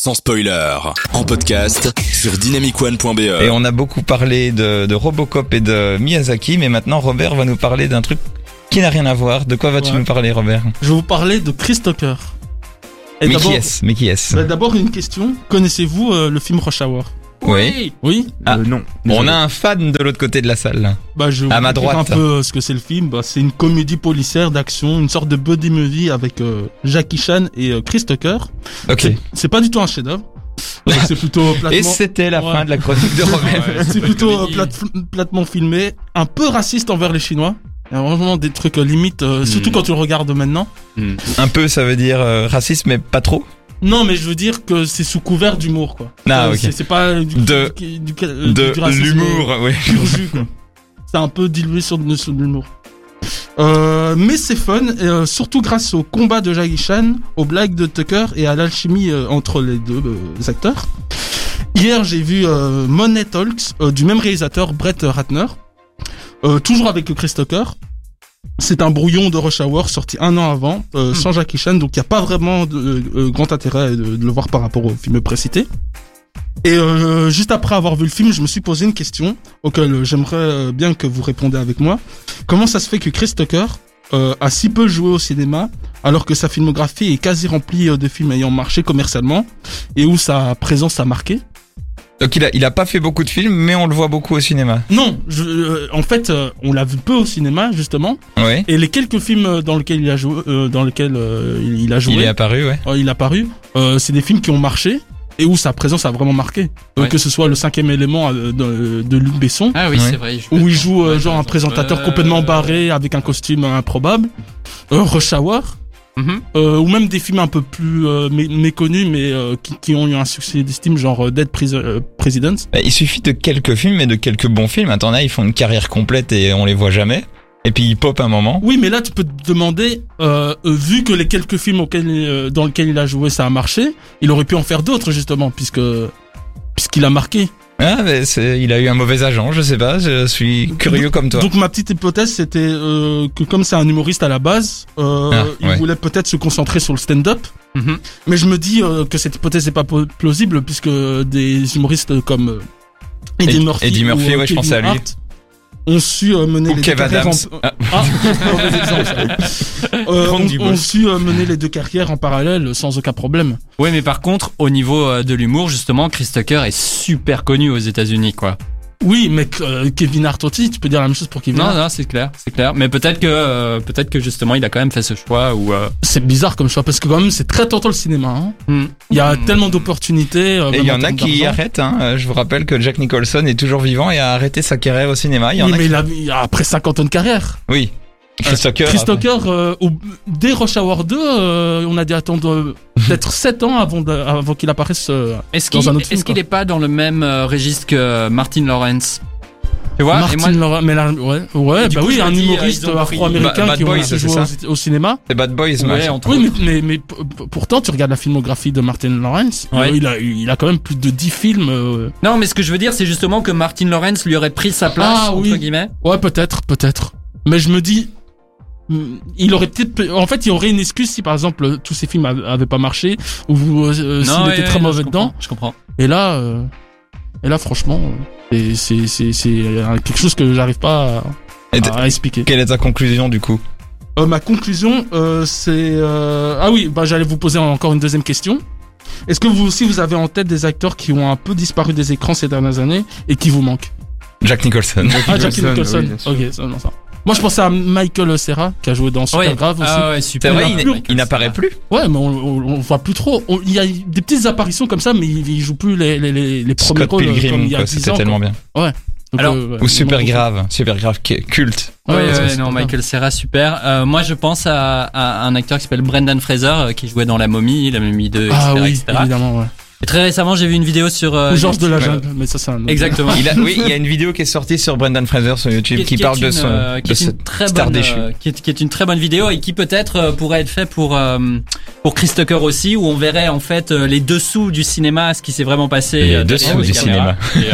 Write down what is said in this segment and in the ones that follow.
sans spoiler, en podcast sur dynamicone.be. Et on a beaucoup parlé de Robocop et de Miyazaki, mais maintenant Robert va nous parler d'un truc qui n'a rien à voir. De quoi vas-tu nous parler, Robert ? Je vais vous parler de Chris Tucker. Mais qui est-ce ? D'abord une question, connaissez-vous le film Rush Hour ? Oui. Non. On a un fan de l'autre côté de la salle. Je vais à ma vous dire droite. un peu ce que c'est le film. C'est une comédie policière d'action, une sorte de buddy movie avec Jackie Chan et Chris Tucker. Ok. C'est pas du tout un chef-d'œuvre. C'est plutôt platement... Et c'était la fin de la chronique de Robert. C'est plutôt platement filmé, un peu raciste envers les Chinois. Il y a vraiment des trucs limites, surtout quand tu le regardes maintenant. Un peu, ça veut dire raciste, mais pas trop. Non, mais je veux dire que c'est sous couvert d'humour, quoi. Ah, ok. C'est pas De racisme l'humour, oui. pur jus, quoi. C'est un peu dilué sur de l'humour. Mais c'est fun, et, surtout grâce au combat de Jackie Chan, aux blagues de Tucker et à l'alchimie entre les deux acteurs. Hier, j'ai vu Money Talks du même réalisateur, Brett Ratner, toujours avec Chris Tucker. C'est un brouillon de Rush Hour sorti un an avant, sans Jackie Chan, donc il n'y a pas vraiment de grand intérêt de le voir par rapport au film précité. Et juste après avoir vu le film, je me suis posé une question auquel j'aimerais bien que vous répondiez avec moi. Comment ça se fait que Chris Tucker a si peu joué au cinéma alors que sa filmographie est quasi remplie de films ayant marché commercialement et où sa présence a marqué? Donc il a pas fait beaucoup de films, mais on le voit beaucoup au cinéma. Non, en fait, on l'a vu peu au cinéma justement. Oui. Et les quelques films dans lesquels il a joué, il est apparu, ouais. Il est apparu. C'est des films qui ont marché et où sa présence a vraiment marqué. Que ce soit le 5e élément de Luc Besson. Ah oui, c'est vrai. Où il joue genre un présentateur complètement barré avec un costume improbable. Rush Hour. Ou même des films un peu plus méconnus mais qui ont eu un succès d'estime, genre Dead Presidents. Il suffit de quelques films et de quelques bons films. Attends, là, ils font une carrière complète et on les voit jamais. Et puis ils pop un moment. Oui, mais là tu peux te demander, vu que les quelques films dans lesquels il a joué ça a marché, il aurait pu en faire d'autres justement puisqu'il a marqué. Ah, mais il a eu un mauvais agent, je sais pas, je suis curieux comme toi. Donc ma petite hypothèse c'était que comme c'est un humoriste à la base, il voulait peut-être se concentrer sur le stand-up. Mais je me dis que cette hypothèse n'est pas plausible puisque des humoristes comme Eddie Murphy, ouais, je pensais à lui. Ont su mener les deux carrières mauvais exemple, ça. Ont su mener les deux carrières en parallèle sans aucun problème. Oui, mais par contre, au niveau de l'humour, justement, Chris Tucker est super connu aux États-Unis, quoi. Oui, mais Kevin Hart aussi, tu peux dire la même chose pour Kevin Hart. Non, c'est clair. Mais peut-être que justement, il a quand même fait ce choix ou. C'est bizarre comme choix parce que quand même, c'est très tentant le cinéma. Hein. Il y a tellement d'opportunités. Et il y en a qui arrêtent. Je vous rappelle que Jack Nicholson est toujours vivant et a arrêté sa carrière au cinéma. Il a après 50 ans de carrière. Oui. Chris Tucker, dès Rush Hour 2, on a dû attendre peut-être 7 ans avant qu'il apparaisse dans un autre film. Est-ce qu'il est pas dans le même registre que Martin Lawrence? Tu vois? Lawrence, mais là, oui, un humoriste afro-américain qui a joué au cinéma. C'est Bad Boys, oui, mais pourtant, tu regardes la filmographie de Martin Lawrence, il a quand même plus de 10 films. Non, mais ce que je veux dire, c'est justement que Martin Lawrence lui aurait pris sa place, entre guillemets. Ouais, peut-être. Mais je me dis, il aurait peut-être, en fait, il y aurait une excuse si par exemple tous ces films avaient pas marché ou s'il était très mauvais dedans. Je comprends. Et là, franchement, c'est quelque chose que j'arrive pas à expliquer. Quelle est ta conclusion du coup? Ma conclusion, c'est j'allais vous poser encore une deuxième question. Est-ce que vous aussi vous avez en tête des acteurs qui ont un peu disparu des écrans ces dernières années et qui vous manquent? Jack Nicholson. Jack Nicholson. Oui, ok, ça. Moi, je pensais à Michael Cera, qui a joué dans Supergrave aussi. Ah ouais, super. C'est vrai, il n'apparaît plus. Ouais, mais on voit plus trop. Il y a des petites apparitions comme ça, mais il joue plus les premiers rôles comme il y a 10 ans. C'était tellement bien. Ouais. Donc, alors, ou Supergrave culte. Michael Cera, super. Moi, je pense à un acteur qui s'appelle Brendan Fraser, qui jouait dans La Momie 2, etc. Ah oui, évidemment, ouais. Et très récemment, j'ai vu une vidéo sur Georges de la Jungle, mais ça c'est un autre. Exactement. Il y a une vidéo qui est sortie sur Brendan Fraser sur YouTube qui parle de star déchu. Qui est une très bonne vidéo et qui peut-être pourrait être fait pour Chris Tucker aussi, où on verrait en fait les dessous du cinéma, ce qui s'est vraiment passé. Les dessous du cinéma.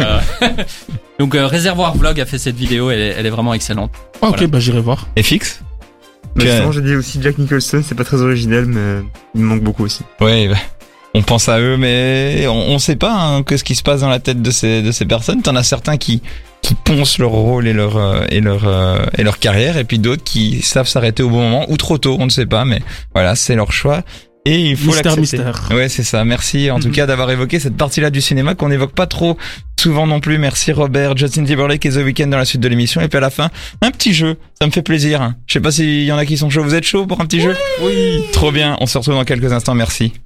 Donc Réservoir Vlog a fait cette vidéo, elle est vraiment excellente. Ah, ok, voilà. J'irai voir. Et fixe. Justement, j'ai dit aussi Jack Nicholson, c'est pas très original, mais il me manque beaucoup aussi. Ouais. on pense à eux, mais on sait pas hein, que ce qui se passe dans la tête de ces personnes. T'en as certains qui poncent leur rôle et leur carrière, et puis d'autres qui savent s'arrêter au bon moment ou trop tôt, on ne sait pas, mais voilà, c'est leur choix. Et il faut l'accepter. Mystère. Ouais, c'est ça. Merci en tout cas d'avoir évoqué cette partie-là du cinéma qu'on n'évoque pas trop souvent non plus. Merci Robert, Justin Timberlake et The Weeknd dans la suite de l'émission. Et puis à la fin, un petit jeu. Ça me fait plaisir. Je sais pas s'il y en a qui sont chauds. Vous êtes chauds pour un petit jeu? Oui. Trop bien. On se retrouve dans quelques instants. Merci.